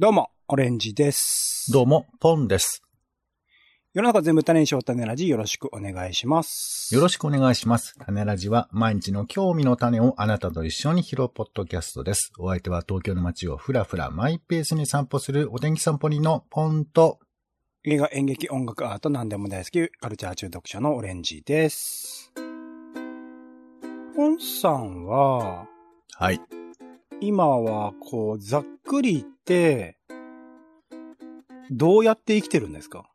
どうも、オレンジです。 どうも、ポンです。 世の中全部種にしよう種ラジよろしくお願いします。 よろしくお願いします。種ラジは毎日の興味の種をあなたと一緒に拾うポッドキャストです。お相手は東京の街をふらふらマイペースに散歩するお天気散歩人のポンと、 映画、演劇、音楽、アート何でも大好きカルチャー中毒者のオレンジです。ポンさんは、 はい。 今はざっくり言って、どうやって生きてるんですか？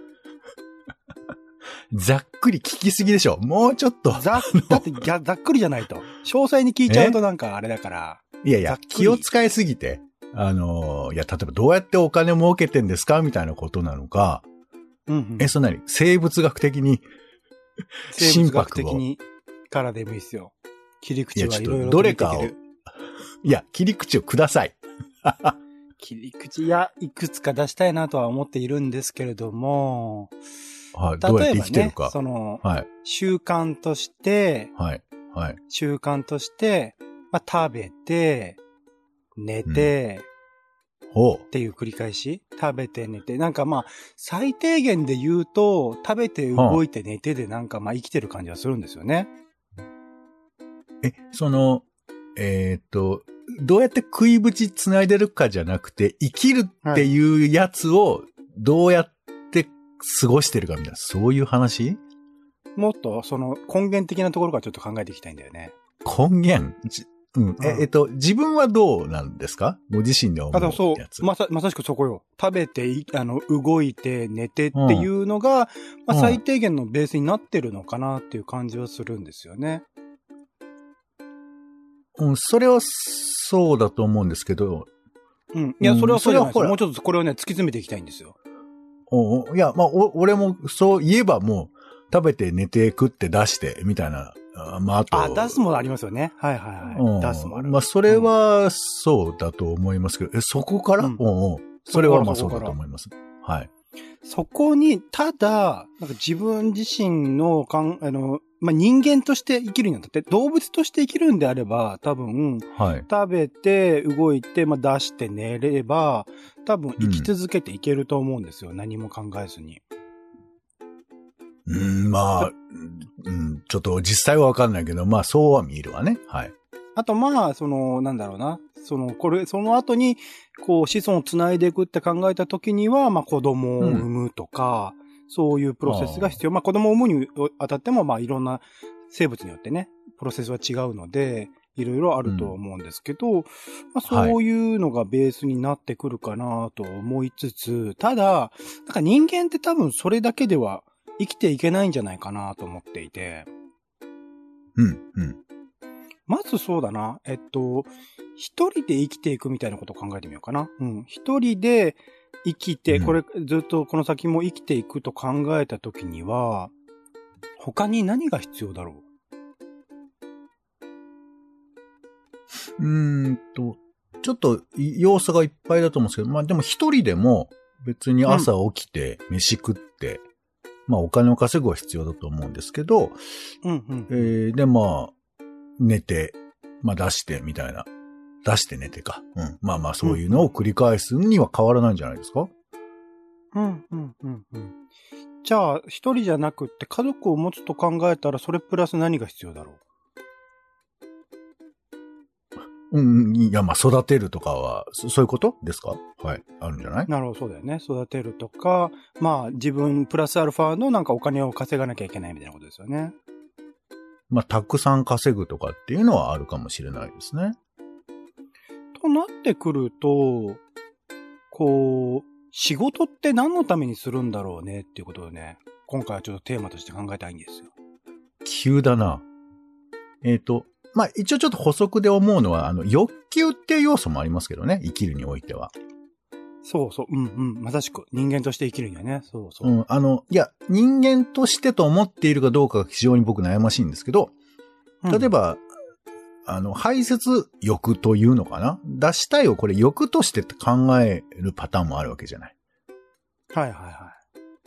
ざっくり聞きすぎでしょ。もうちょっと。 だってざっくりじゃないと。詳細に聞いちゃうとなんかあれだから。 いやいや、気を使いすぎて。いや、例えばどうやってお金儲けてんですかみたいなことなのか。 うんうん、 そんなに生物学的に生物学的にからでもいいですよ。切り口はいろいろどれかを。いや、切り口をください。 切り口いくつか出したいなとは思っているんですけれども、 はい、どうやって生きてるか。 はい、習慣として、 はい、はい。 習慣として、食べて、寝て、っていう繰り返し。食べて寝て。なんか最低限で言うと、食べて動いて寝てでなんか生きてる感じはするんですよね。 どうやって食い縁つないでるかじゃなくて、生きるっていうやつをどうやって過ごしてるかみたいな、そういう話？ もっと根源的なところからちょっと考えていきたいんだよね。 根源？自分はどうなんですか？ご自身で思うやつ。 まさしくそこよ。食べて、動いて、寝てっていうのが、最低限のベースになってるのかなっていう感じはするんですよね。 それはそうだと思うんですけど。 いや、それはそうじゃないですよ。もうちょっとこれをね、突き詰めていきたいんですよ。 いや、俺もそう言えばもう、食べて寝て食って出して、みたいな。あと。 出すものありますよね。はいはいはい。出すものある。 それはそうだと思いますけど、そこから、それはそうだと思います。はい。 そこに、ただ、なんか自分自身の人間として生きるんだって、動物として生きるんであれば、多分、食べて、動いて、出して寝れば、多分生き続けていけると思うんですよ。何も考えずに。 ちょっと実際はわかんないけど、そうは見えるわね。はい。 あとなんだろうな。その後に、子孫を繋いでいくって考えた時には、子供を産むとか、そういうプロセスが必要。子供を産むにあたっても、いろんな生物によってね、プロセスは違うので、いろいろあると思うんですけど、そういうのがベースになってくるかなと思いつつ、ただ、なんか人間って多分それだけでは生きていけないんじゃないかなと思っていて。まずそうだな。一人で生きていくみたいなことを考えてみようかな。一人で生きて、これずっとこの先も生きていくと考えたときには、他に何が必要だろう？ ちょっと要素がいっぱいだと思うんですけど、でも一人でも別に朝起きて飯食って、お金を稼ぐは必要だと思うんですけど、で、寝て、出してみたいな。出して寝てか。そういうのを繰り返すには変わらないんじゃないですか？ じゃあ、一人じゃなくって家族を持つと考えたら、それプラス何が必要だろう？いや、育てるとかは、そういうことですか？はい。あるんじゃない？ なるほど、そうだよね。育てるとか、自分プラスアルファのなんかお金を稼がなきゃいけないみたいなことですよね。 たくさん稼ぐとかっていうのはあるかもしれないですね。 となってくると、仕事って何のためにするんだろうねっていうことをね、今回はちょっとテーマとして考えたいんですよ。 急だな。一応ちょっと補足で思うのは、欲求っていう要素もありますけどね、生きるにおいては。 そうそう、まさしく人間として生きるにはね、そうそう。 いや、人間としてと思っているかどうかが非常に僕悩ましいんですけど、例えば、排泄欲というのかな？出したいをこれ欲として考えるパターンもあるわけじゃない。 はいはいはい。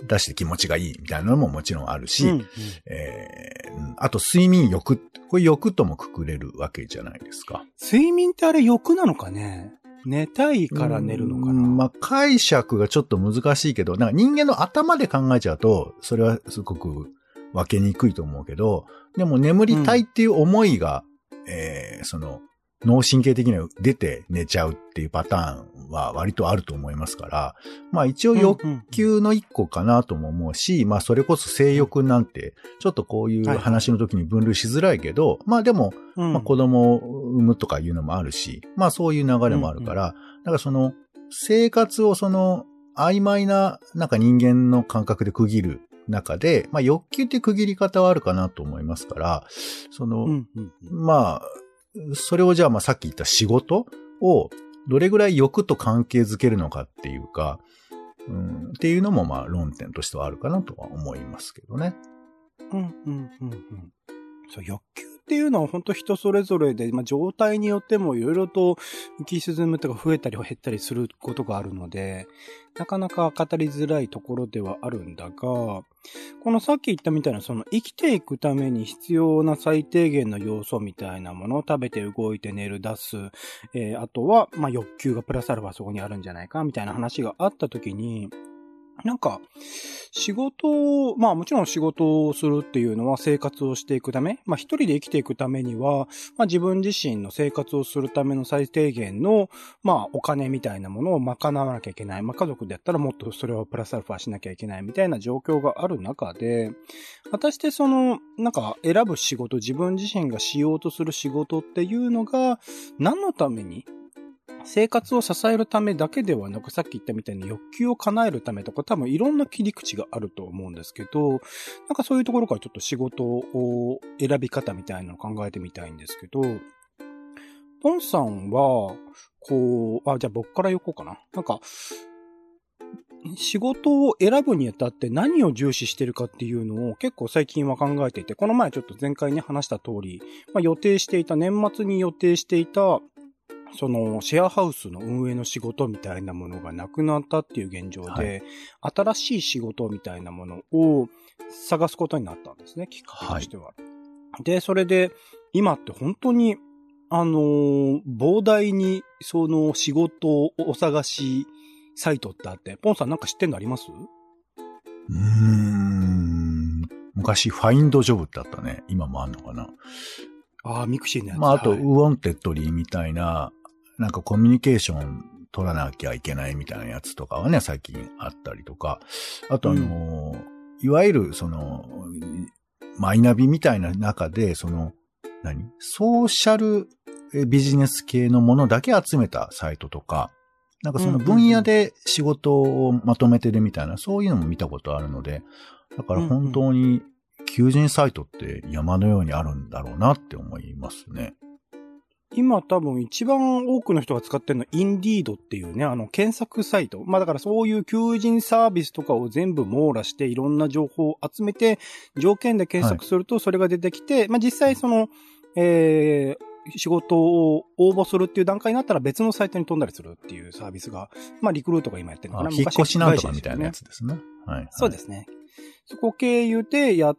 出して気持ちがいいみたいなのももちろんあるし、あと睡眠欲、これ欲ともくくれるわけじゃないですか。 睡眠ってあれ欲なのかね？ 寝たいから寝るのかな。 まあ、解釈がちょっと難しいけど、なんか人間の頭で考えちゃうと、それはすごく分けにくいと思うけど、でも眠りたいっていう思いが、その、脳神経的には出て寝ちゃうっていうパターンは割とあると思いますから、まあ一応欲求の一個かなとも思うし、まあそれこそ性欲なんて、ちょっとこういう話の時に分類しづらいけど、まあでも、まあ子供を産むとかいうのもあるし、まあそういう流れもあるから、だからその生活をその曖昧ななんか人間の感覚で区切る中で、まあ欲求って区切り方はあるかなと思いますから、その、まあ、それをじゃあまあさっき言った仕事をどれぐらい欲と関係づけるのかっていうか、っていうのもまあ論点としてはあるかなとは思いますけどね。 そう、欲求っていうのは本当人それぞれで、まあ状態によってもいろいろと浮き沈むとか増えたり減ったりすることがあるので、なかなか語りづらいところではあるんだが、このさっき言ったみたいなその生きていくために必要な最低限の要素みたいなものを食べて動いて寝る出す、あとはまあ欲求がプラスアルファそこにあるんじゃないかみたいな話があったときに、なんか、仕事を、まあもちろん仕事をするっていうのは生活をしていくため、まあ一人で生きていくためには、まあ自分自身の生活をするための最低限の、まあお金みたいなものを賄わなきゃいけない。まあ家族でやったらもっとそれをプラスアルファしなきゃいけないみたいな状況がある中で、果たしてその、なんか選ぶ仕事、自分自身がしようとする仕事っていうのが何のために生活を支えるためだけではなく、さっき言ったみたいに欲求を叶えるためとか、多分いろんな切り口があると思うんですけど、なんかそういうところからちょっと仕事を選び方みたいなのを考えてみたいんですけど、ポンさんは、こう、じゃあ僕から言おうかな。なんか、仕事を選ぶにあたって何を重視してるかっていうのを結構最近は考えていて、この前ちょっと前回に話した通り、まあ、年末に予定していた、そのシェアハウスの運営の仕事みたいなものがなくなったっていう現状で、新しい仕事みたいなものを探すことになったんですね、きっかけとしては。で、それで今って本当に膨大にその仕事をお探しサイトってあって、ポンさんなんか知ってんのあります？ 昔ファインドジョブってあったね。今もあんのかな。 ミクシーのやつ。 まあ、あと、ウォンテッドリーみたいな、なんかコミュニケーション取らなきゃいけないみたいなやつとかはね、最近あったりとか、あといわゆるその、マイナビみたいな中で、その、ソーシャルビジネス系のものだけ集めたサイトとか、なんかその分野で仕事をまとめてるみたいな、そういうのも見たことあるので、だから本当に求人サイトって山のようにあるんだろうなって思いますね。 今多分一番多くの人が使ってるのはインディードっていうね、検索サイト。まあだからそういう求人サービスとかを全部網羅していろんな情報を集めて、条件で検索するとそれが出てきて、まあ実際その、仕事を応募するっていう段階になったら別のサイトに飛んだりするっていうサービスが、まあリクルートが今やってるのかな。 引っ越しなんとかみたいなやつですね。はい。 そうですね。そこ経由でやって、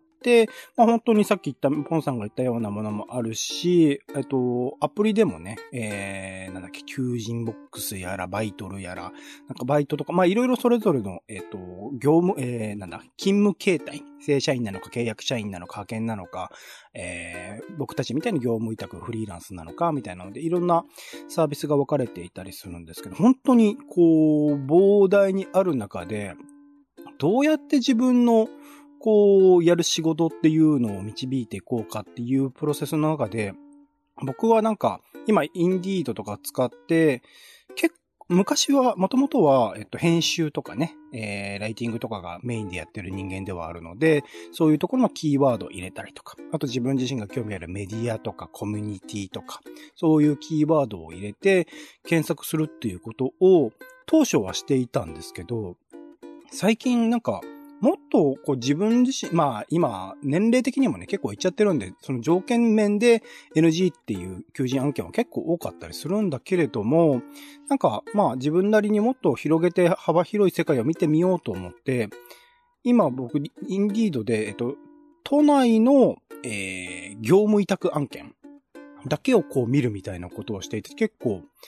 まあ本当にさっき言った、ポンさんが言ったようなものもあるし、アプリでもね、求人ボックスやら、バイトルやら、なんかバイトとか、まあいろいろそれぞれの、業務、勤務形態、正社員なのか契約社員なのか派遣なのか、僕たちみたいに業務委託フリーランスなのか、みたいなので、いろんなサービスが分かれていたりするんですけど、本当にこう、膨大にある中で、どうやって自分のやる仕事っていうのを導いていこうかっていうプロセスの中で、僕はなんか、今、インディードとか使って、昔は、もともとは、編集とかね、ライティングとかがメインでやってる人間ではあるので、そういうところのキーワードを入れたりとか、あと自分自身が興味あるメディアとかコミュニティとか、そういうキーワードを入れて検索するっていうことを当初はしていたんですけど、最近なんか、もっと自分自身、まあ今年齢的にもね結構いっちゃってるんで、その条件面で NG っていう求人案件は結構多かったりするんだけれども、なんかまあ自分なりにもっと広げて幅広い世界を見てみようと思って、今僕インディードで都内の、業務委託案件だけを見るみたいなことをしていて、結構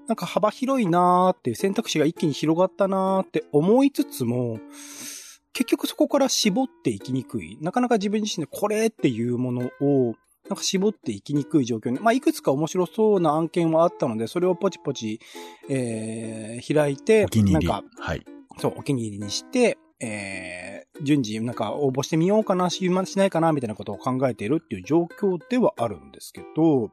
なんか幅広いなーっていう選択肢が一気に広がったなーって思いつつも、結局そこから絞っていきにくい。なかなか自分自身でこれっていうものを、なんか絞っていきにくい状況に、まあ、いくつか面白そうな案件はあったので、それをポチポチ、開いて、 お気に入り。 なんか、 はい。 そう、お気に入りにして、順次、なんか応募してみようかな、しないかな、みたいなことを考えているっていう状況ではあるんですけど、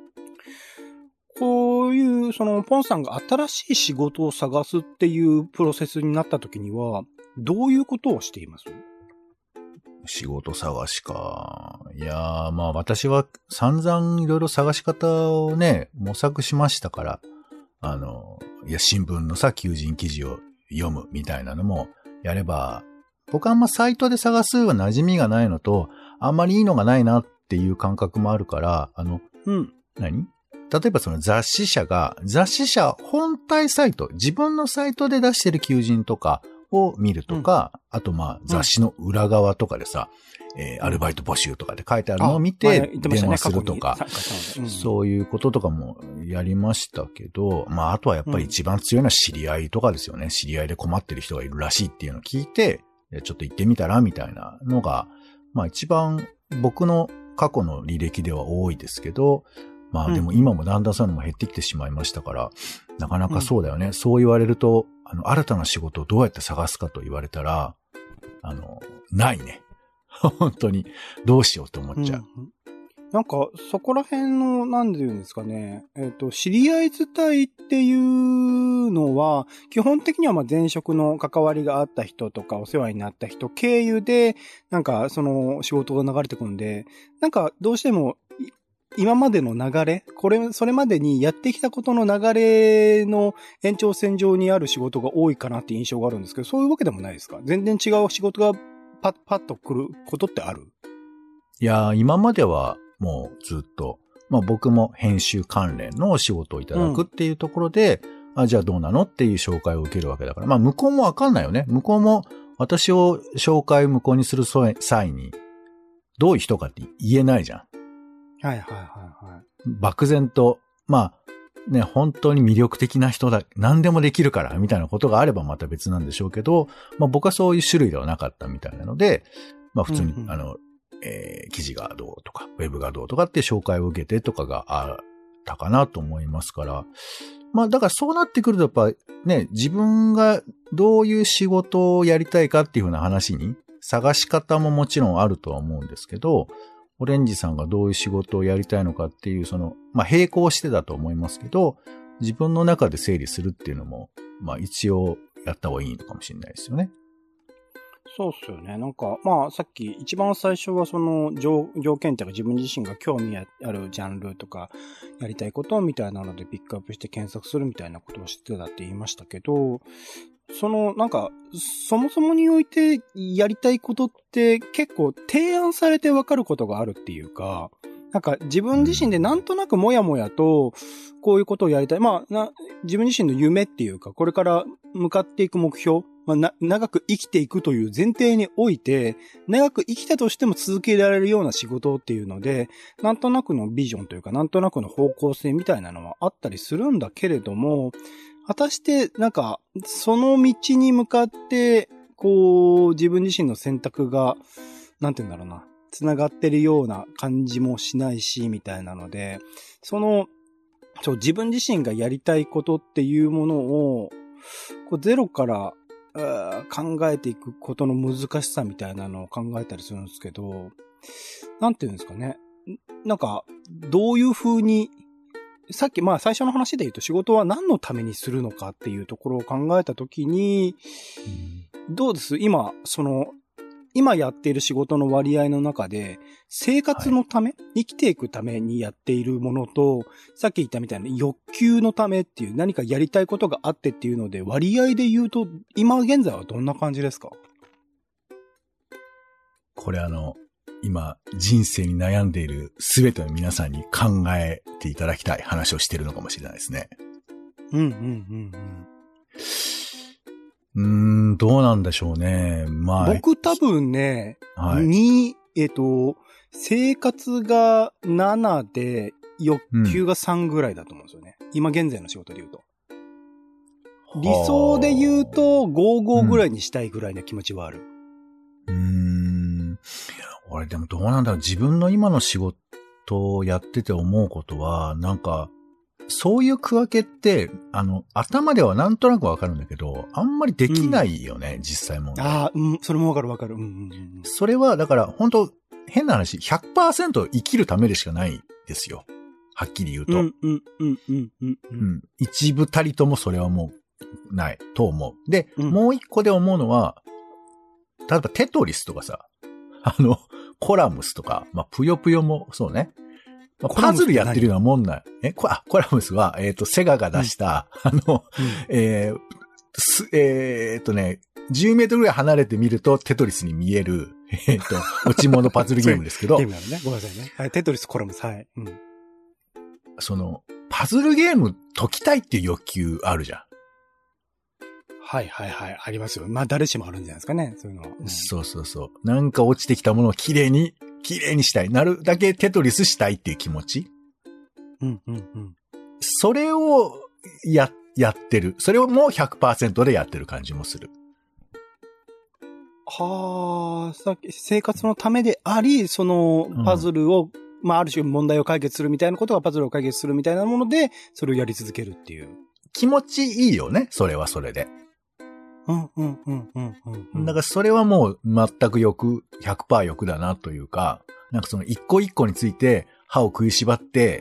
こういう、ポンさんが新しい仕事を探すっていうプロセスになった時には、どういうことをしています？ 仕事探しか。いやー、まあ私は散々いろいろ探し方をね、模索しましたから、いや、新聞のさ、求人記事を読むみたいなのもやれば、僕はあんまサイトで探すは馴染みがないのと、あんまりいいのがないなっていう感覚もあるから、例えばその雑誌社本体サイト、自分のサイトで出してる求人とかを見るとか、あとまあ雑誌の裏側とかでさ、アルバイト募集とかで書いてあるのを見て電話するとか、そういうこととかもやりましたけど、まああとはやっぱり一番強いのは知り合いとかですよね。知り合いで困ってる人がいるらしいっていうのを聞いて、ちょっと行ってみたらみたいなのが、まあ一番僕の過去の履歴では多いですけど、まあでも今もだんだんそういうのも減ってきてしまいましたから、なかなかそうだよね。そう言われると、新たな仕事をどうやって探すかと言われたら、ないね。本当に、どうしようと思っちゃう。 なんか、そこら辺の、なんて言うんですかね。知り合い伝いっていうのは、基本的にはまあ前職の関わりがあった人とか、お世話になった人経由で、なんか、その仕事が流れてくるんで、なんか、どうしても、今までの流れ、それまでにやってきたことの流れの延長線上にある仕事が多いかなって印象があるんですけど、そういうわけでもないですか？全然違う仕事がパッと来ることってある？ いやー、今まではもうずっと、まあ僕も編集関連のお仕事をいただくっていうところで、じゃあどうなのっていう紹介を受けるわけだから、まあ向こうもわかんないよね。向こうも私を紹介向こうにする際に、どういう人かって言えないじゃん。 はいはいはいはい。 漠然と、まあ、ね、本当に魅力的な人だ、何でもできるから、みたいなことがあればまた別なんでしょうけど、まあ僕はそういう種類ではなかったみたいなので、まあ普通に、記事がどうとか、ウェブがどうとかって紹介を受けてとかがあったかなと思いますから、まあだからそうなってくるとやっぱね、自分がどういう仕事をやりたいかっていうふうな話に、探し方ももちろんあるとは思うんですけど、オレンジさんがどういう仕事をやりたいのかっていう、まあ、並行してだと思いますけど、自分の中で整理するっていうのも、まあ、一応やった方がいいのかもしれないですよね。 そうっすよね。なんか、まあ、さっき一番最初は条件っていうか自分自身が興味あるジャンルとか、やりたいことみたいなのでピックアップして検索するみたいなことをしてたって言いましたけど、なんか、そもそもにおいてやりたいことって結構提案されてわかることがあるっていうか、なんか自分自身でなんとなくもやもやと、こういうことをやりたい。まあ、自分自身の夢っていうか、これから向かっていく目標、まあ、長く生きていくという前提において、長く生きたとしても続けられるような仕事っていうので、なんとなくのビジョンというか、なんとなくの方向性みたいなのはあったりするんだけれども、果たして、なんか、その道に向かって、こう、自分自身の選択が、なんて言うんだろうな、繋がってるような感じもしないし、みたいなので、自分自身がやりたいことっていうものを、こうゼロから考えていくことの難しさみたいなのを考えたりするんですけど、なんて言うんですかね。なんか、どういう風に、さっき、まあ最初の話で言うと仕事は何のためにするのかっていうところを考えたときに、どうです？今やっている仕事の割合の中で、生活のため、生きていくためにやっているものと、さっき言ったみたいな欲求のためっていう何かやりたいことがあってっていうので、割合で言うと、今現在はどんな感じですか？ これ今、人生に悩んでいるすべての皆さんに考えていただきたい話をしているのかもしれないですね。どうなんでしょうね。まあ。 僕多分ね、生活が7で、 欲求が3ぐらいだと思うんですよね。今現在の仕事で言うと。理想で言うと55ぐらいにしたいぐらいの気持ちはある。 俺でもどうなんだろう。自分の今の仕事をやってて思うことは、なんか、そういう区分けって、頭ではなんとなくわかるんだけど、あんまりできないよね、実際も。 それもわかる。 それは、だから、本当変な話、100% 生きるためでしかないですよ。はっきり言うと。一部たりともそれはもう、ない、と思う。で、もう一個で思うのは、例えばテトリスとかさ、コラムスとか、ぷよぷよもそうね。パズルやってるようなもんない。コラムスは、セガが出した、10メートルぐらい離れてみるとテトリスに見える、落ち物パズルゲームですけど。 ゲームなのね。ごめんなさいね。はい、テトリスコラムス、はい。 パズルゲーム解きたいっていう欲求あるじゃん。 はい。ありますよ。誰しもあるんじゃないですかね。そういうのは。 そう。なんか落ちてきたものを綺麗にしたい。なるだけテトリスしたいっていう気持ち。それをやってる。それをもう 100% でやってる感じもする。 さっき生活のためであり、そのパズルを、ある種問題を解決するみたいなことがパズルを解決するみたいなもので、それをやり続けるっていう。 気持ちいいよね。それはそれで。だからそれはもう全く100% 欲だなというか、なんかその一個一個について歯を食いしばって、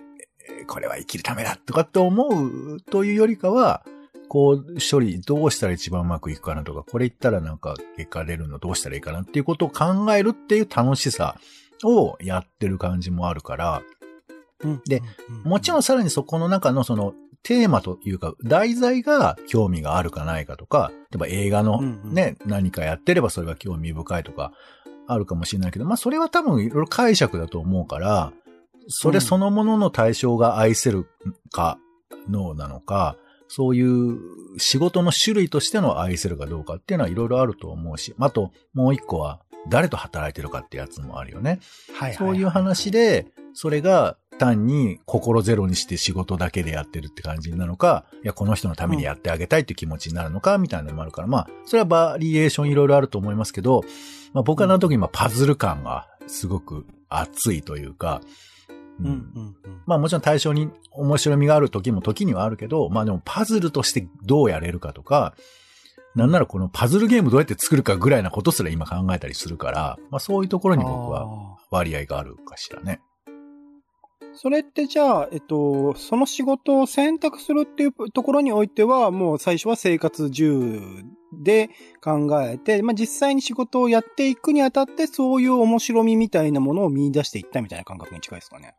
これは生きるためだとかって思うというよりかは、こう処理どうしたら一番うまくいくかなとか、これ言ったらなんか結果出るのどうしたらいいかなっていうことを考えるっていう楽しさをやってる感じもあるから、で、もちろんさらにそこの中のそのテーマというか、題材が興味があるかないかとか、例えば映画のね、何かやってればそれが興味深いとか、あるかもしれないけど、それは多分いろいろ解釈だと思うから、それそのものの対象が愛せるか、のなのか、そういう仕事の種類としての愛せるかどうかっていうのはいろいろあると思うし、あともう一個は誰と働いてるかってやつもあるよね。そういう話で、それが単に心ゼロにして仕事だけでやってるって感じになるのか、いや、この人のためにやってあげたいっていう気持ちになるのか、みたいなのもあるから、それはバリエーションいろいろあると思いますけど、僕はなんとなく今パズル感がすごく熱いというか、もちろん対象に面白みがある時も時にはあるけど、でもパズルとしてどうやれるかとか、なんならこのパズルゲームどうやって作るかぐらいなことすら今考えたりするから、そういうところに僕は割合があるかしらね。 それってじゃあ、その仕事を選択するっていうところにおいては、もう最初は生活重で考えて、実際に仕事をやっていくにあたって、そういう面白みみたいなものを見出していったみたいな感覚に近いですかね。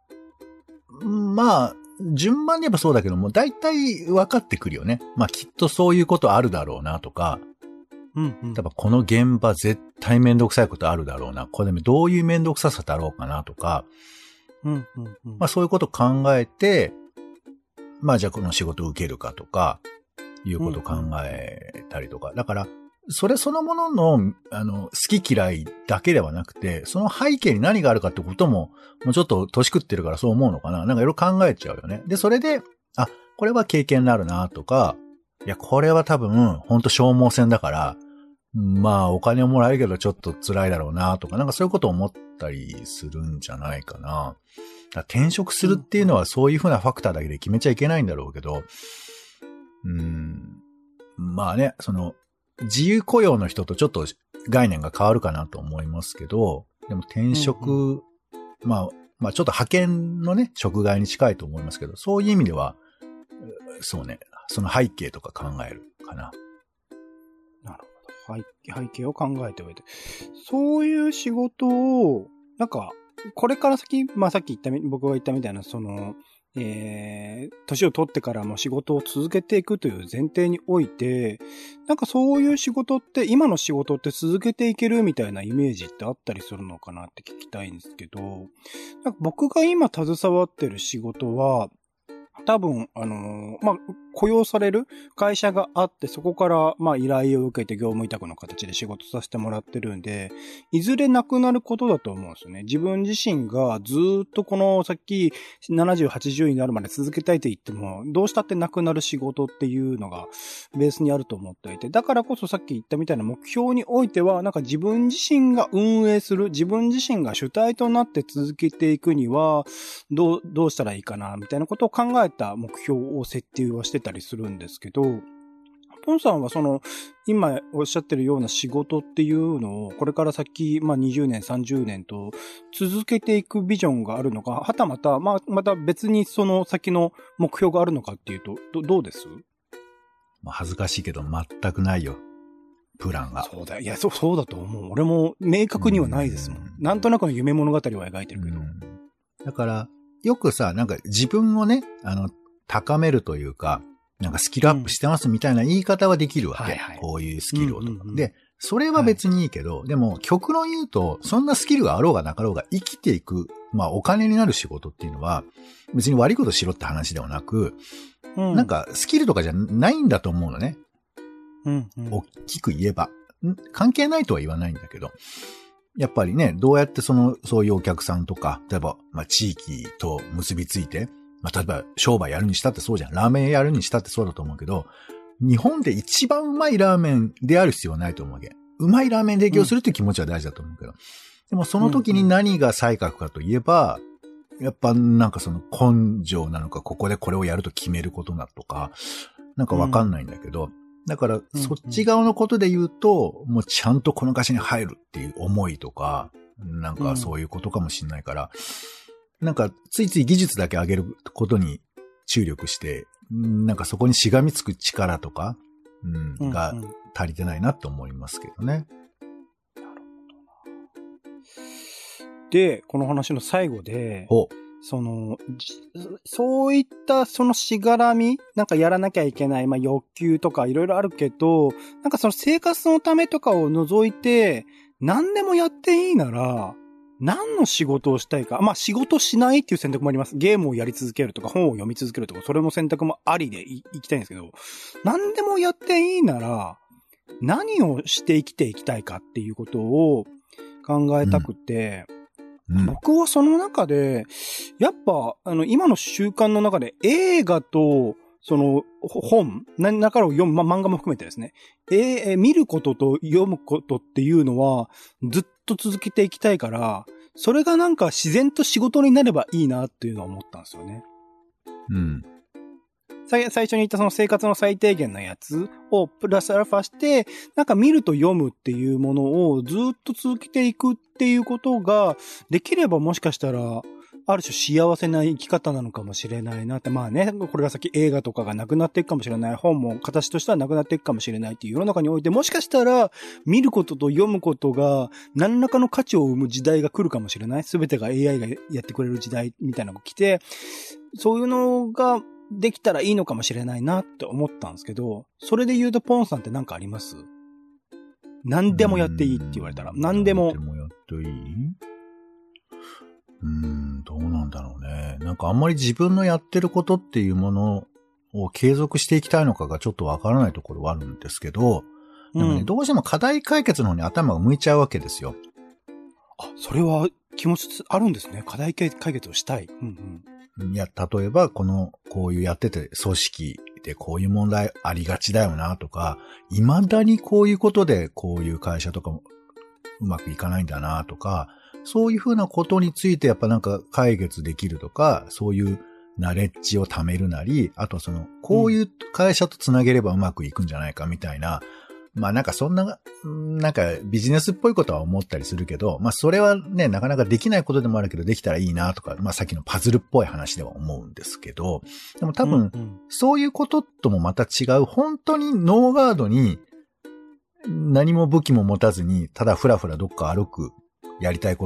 順番で言えばそうだけども、大体分かってくるよね。きっとそういうことあるだろうなとか、例えばこの現場絶対めんどくさいことあるだろうな。これどういうめんどくささだろうかなとか、そういうことを考えて、じゃあこの仕事を受けるかとか、いうことを考えたりとか。だから、それそのものの、好き嫌いだけではなくて、その背景に何があるかってことも、もうちょっと年食ってるからそう思うのかな。なんかいろいろ考えちゃうよね。で、それで、これは経験になるなとか、いや、これは多分、ほんと消耗戦だから、お金をもらえるけどちょっと辛いだろうなとか、なんかそういうことを思ったりするんじゃないかな。転職するっていうのはそういうふうなファクターだけで決めちゃいけないんだろうけど、自由雇用の人とちょっと概念が変わるかなと思いますけど、でも転職、ちょっと派遣のね、職涯に近いと思いますけど、そういう意味では、そうね、その背景とか考えるかな。 なるほど。背景を考えておいて。そういう仕事を、これから先、さっき僕が言ったみたいな、年を取ってからも仕事を続けていくという前提において、そういう仕事って、今の仕事って続けていけるみたいなイメージってあったりするのかなって聞きたいんですけど、僕が今携わってる仕事は、多分、 雇用される会社があって、そこから、まあ、依頼を受けて業務委託の形で仕事させてもらってるんで、いずれなくなることだと思うんですよね。自分自身がずーっとこの、さっき70、80になるまで続けたいと言っても、どうしたってなくなる仕事っていうのがベースにあると思っていて、だからこそさっき言ったみたいな目標においては、なんか自分自身が運営する、自分自身が主体となって続けていくには、どうしたらいいかな、みたいなことを考えた目標を設定はしてたりするんですけど、ポンさんは今おっしゃってるような仕事っていうのを、これから先、まあ20年、30年と続けていくビジョンがあるのか、はたまた、また別にその先の目標があるのかっていうと、どうです？ 恥ずかしいけど全くないよ。プランが。 そうだ。いや、そうだと思う。俺も明確にはないですもん。なんとなくの夢物語は描いてるけど。 だから、よくさ、なんか自分をね、高めるというか、なんかスキルアップしてますみたいな言い方はできるわけ。こういうスキルをとか。で、それは別にいいけど、でも極論言うと、そんなスキルがあろうがなかろうが生きていく、まあお金になる仕事っていうのは、別に悪いことしろって話ではなく、なんかスキルとかじゃないんだと思うのね。大きく言えば。関係ないとは言わないんだけど。やっぱりね、どうやってそういうお客さんとか、例えば、まあ地域と結びついて、まあ、例えば、商売やるにしたってそうじゃん。ラーメンやるにしたってそうだと思うけど、日本で一番うまいラーメンである必要はないと思うわけ。うまいラーメン提供するっていう気持ちは大事だと思うけど。でもその時に何が才覚かといえば、やっぱなんか根性なのか、ここでこれをやると決めることなとか、なんかわかんないんだけど、だからそっち側のことで言うと、もうちゃんとこの会社に入るっていう思いとか、なんかそういうことかもしれないから、なんか、ついつい技術だけ上げることに注力して、なんかそこにしがみつく力とか、が足りてないなと思いますけどね。なるほどな。 で、この話の最後で、そういったしがらみ、なんかやらなきゃいけない、まあ欲求とかいろいろあるけど、なんか生活のためとかを除いて、何でもやっていいなら、何の仕事をしたいか。まあ、仕事しないっていう選択もあります。ゲームをやり続けるとか、本を読み続けるとか、それも選択もありでいきたいんですけど、何でもやっていいなら、何をして生きていきたいかっていうことを考えたくて、僕はその中で、やっぱ、今の習慣の中で映画と、本、何らかを読む、まあ、漫画も含めてですね。見ることと読むことっていうのは、ずっと続けていきたいから、それがなんか自然と仕事になればいいなっていうのは思ったんですよね。最初に言った生活の最低限のやつをプラスアルファして、なんか見ると読むっていうものをずっと続けていくっていうことができればもしかしたら、ある種幸せな生き方なのかもしれないなって。まあね、これが先映画とかがなくなっていくかもしれない。本も形としてはなくなっていくかもしれないっていう世の中において、もしかしたら見ることと読むことが何らかの価値を生む時代が来るかもしれない。すべてが AI がやってくれる時代みたいなのが来て、そういうのができたらいいのかもしれないなって思ったんですけど、それで言うとポンさんって何かあります？何でもやっていいって言われたら。何でも。 何でもやっていい？どうなんだろうね。なんかあんまり自分のやってることっていうものを継続していきたいのかがちょっとわからないところはあるんですけど、でもね、どうしても課題解決の方に頭が向いちゃうわけですよ。 あ、それは気持ちあるんですね。課題解決をしたい。 いや、例えばこういうやってて組織でこういう問題ありがちだよなとか、未だにこういうことでこういう会社とかもうまくいかないんだなとか、そういうふうなことについてやっぱなんか解決できるとか、そういうナレッジを貯めるなり、あとこういう会社とつなげればうまくいくんじゃないかみたいな、まあなんかそんな、なんかビジネスっぽいことは思ったりするけど、まあそれはね、なかなかできないことでもあるけど、できたらいいなとか、まあさっきのパズルっぽい話では思うんですけど、でも多分、そういうことともまた違う、本当にノーガードに何も武器も持たずに、ただふらふらどっか歩く、やりたいこと。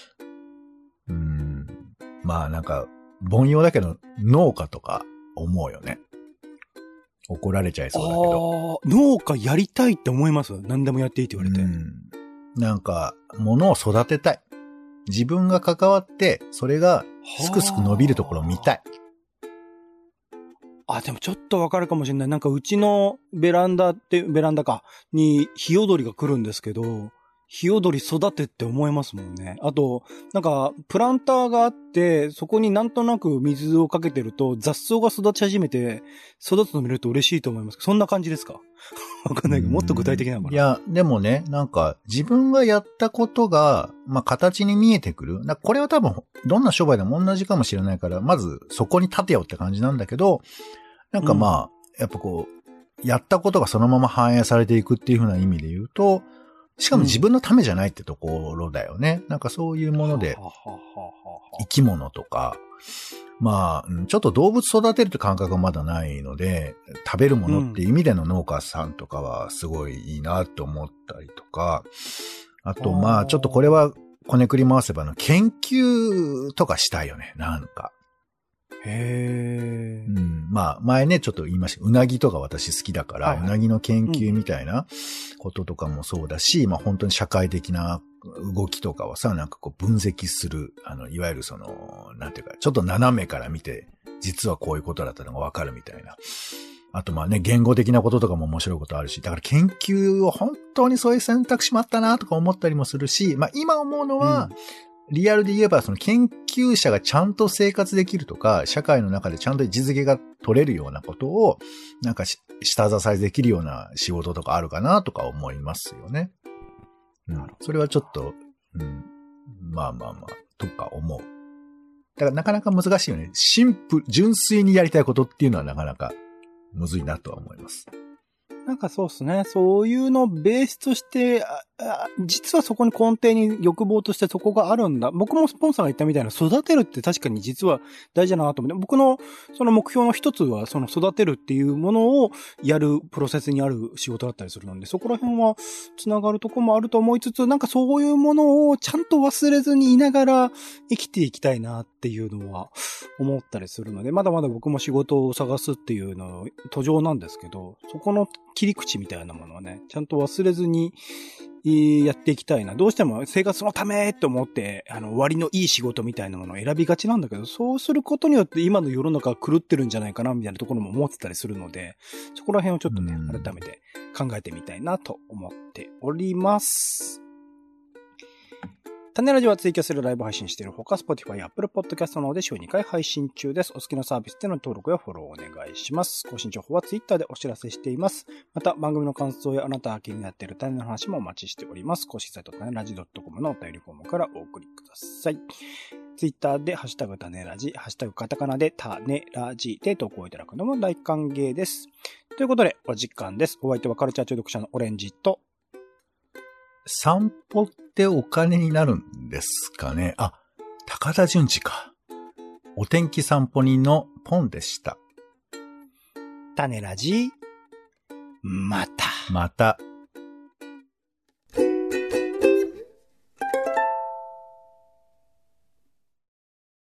まあなんか、凡庸だけど、農家とか思うよね。怒られちゃいそうだけど。 農家やりたいって思います？何でもやっていいって言われて。 なんか、物を育てたい。自分が関わって、それがすくすく伸びるところを見たい。 あ、でもちょっとわかるかもしれない。なんかうちのベランダか、に、ヒヨドリが来るんですけど、ヒヨドリ育てって思いますもんね。あと、なんか、プランターがあって、そこになんとなく水をかけてると、雑草が育ち始めて、育つの見ると嬉しいと思います。そんな感じですか？わかんないけど、もっと具体的なのかな。 いや、でもね、なんか、自分がやったことが、まあ、形に見えてくる。これは多分、どんな商売でも同じかもしれないから、まず、そこに立てよって感じなんだけど、なんかまあ、やっぱこう、やったことがそのまま反映されていくっていう風な意味で言うと、しかも自分のためじゃないってところだよね。なんかそういうもので、生き物とか、まあ、ちょっと動物育てるって感覚がまだないので、食べるものっていう意味での農家さんとかはすごいいいなと思ったりとか、あとまあ、ちょっとこれはこねくり回せば研究とかしたいよね、なんか。 へー。 うん。まあ、前ね、ちょっと言いました。うなぎとか私好きだから、はいはい、うなぎの研究みたいなこととかもそうだし、まあ本当に社会的な動きとかをさ、なんかこう分析する、いわゆるその、なんていうか、ちょっと斜めから見て、実はこういうことだったのがわかるみたいな。あとまあね、言語的なこととかも面白いことあるし、だから研究を本当にそういう選択肢もあったなとか思ったりもするし、まあ今思うのは、リアルで言えば、その研究者がちゃんと生活できるとか、社会の中でちゃんと位置づけが取れるようなことを、なんか下支えできるような仕事とかあるかなとか思いますよね。うん。それはちょっと、うん。まあ、とか思う。だからなかなか難しいよね。純粋にやりたいことっていうのはなかなかむずいなとは思います。 なんかそうですね。そういうのをベースとして、実はそこに根底に欲望としてそこがあるんだ。僕もスポンサーが言ったみたいな育てるって確かに実は大事だなと思って、僕のその目標の一つはその育てるっていうものをやるプロセスにある仕事だったりするので、そこら辺はつながるとこもあると思いつつ、なんかそういうものをちゃんと忘れずにいながら生きていきたいなっていうのは思ったりするので、まだまだ僕も仕事を探すっていうの途上なんですけど、そこの切り口みたいなものはね、ちゃんと忘れずにやっていきたいな。どうしても生活のためと思って、割のいい仕事みたいなものを選びがちなんだけど、そうすることによって今の世の中が狂ってるんじゃないかな、みたいなところも思ってたりするので、そこら辺をちょっとね、改めて考えてみたいなと思っております。種ラジはツイキャスでライブ配信しているほか、Spotify、Apple Podcast などで週2回配信中です。お好きなサービスでの登録やフォローをお願いします。更新情報は Twitter でお知らせしています。また、番組の感想やあなたが気になっている種の話もお待ちしております。公式サイト種ラジ .com のお便りフォームからお送りください。Twitter でハッシュタグ種ラジ、ハッシュタグカタカナで種ラジで投稿いただくのも大歓迎です。ということで、お時間です。お相手はカルチャー中毒者のオレンジと、 散歩ってお金になるんですかね。あ、高田純次か。お天気散歩人のポンでした。 種ラジ、また。 また。